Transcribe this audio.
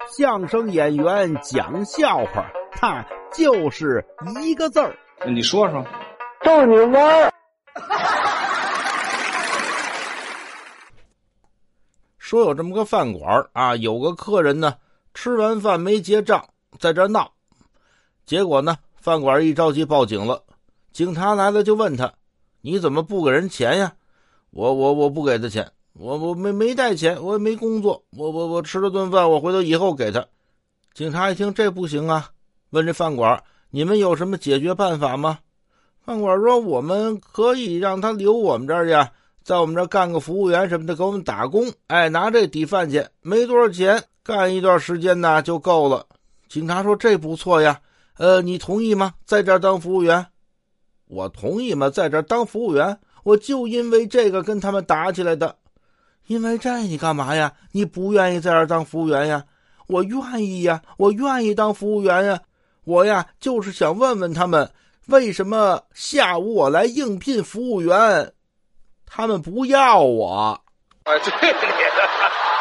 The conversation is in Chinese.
相声演员讲笑话，他就是一个字儿。 你说说。 逗你玩儿。 说有这么个饭馆啊，有个客人呢，吃完饭没结账，在这闹。结果呢，饭馆一着急报警了。警察来了就问他：“你怎么不给人钱呀？”我不给他钱，我没带钱，我也没工作，我吃了顿饭，我回头以后给他。警察一听这不行啊，问这饭馆：“你们有什么解决办法吗？”饭馆说：“我们可以让他留我们这儿去，在我们这儿干个服务员什么的，给我们打工，拿这抵饭钱，没多少钱，干一段时间呢就够了。”警察说：“这不错呀，你同意吗？在这儿当服务员？”我同意吗？在这儿当服务员？我就因为这个跟他们打起来的。因为这你干嘛呀？你不愿意在这儿当服务员呀？我愿意呀，我愿意当服务员呀。我呀就是想问问他们，为什么下午我来应聘服务员，他们不要我？ 对。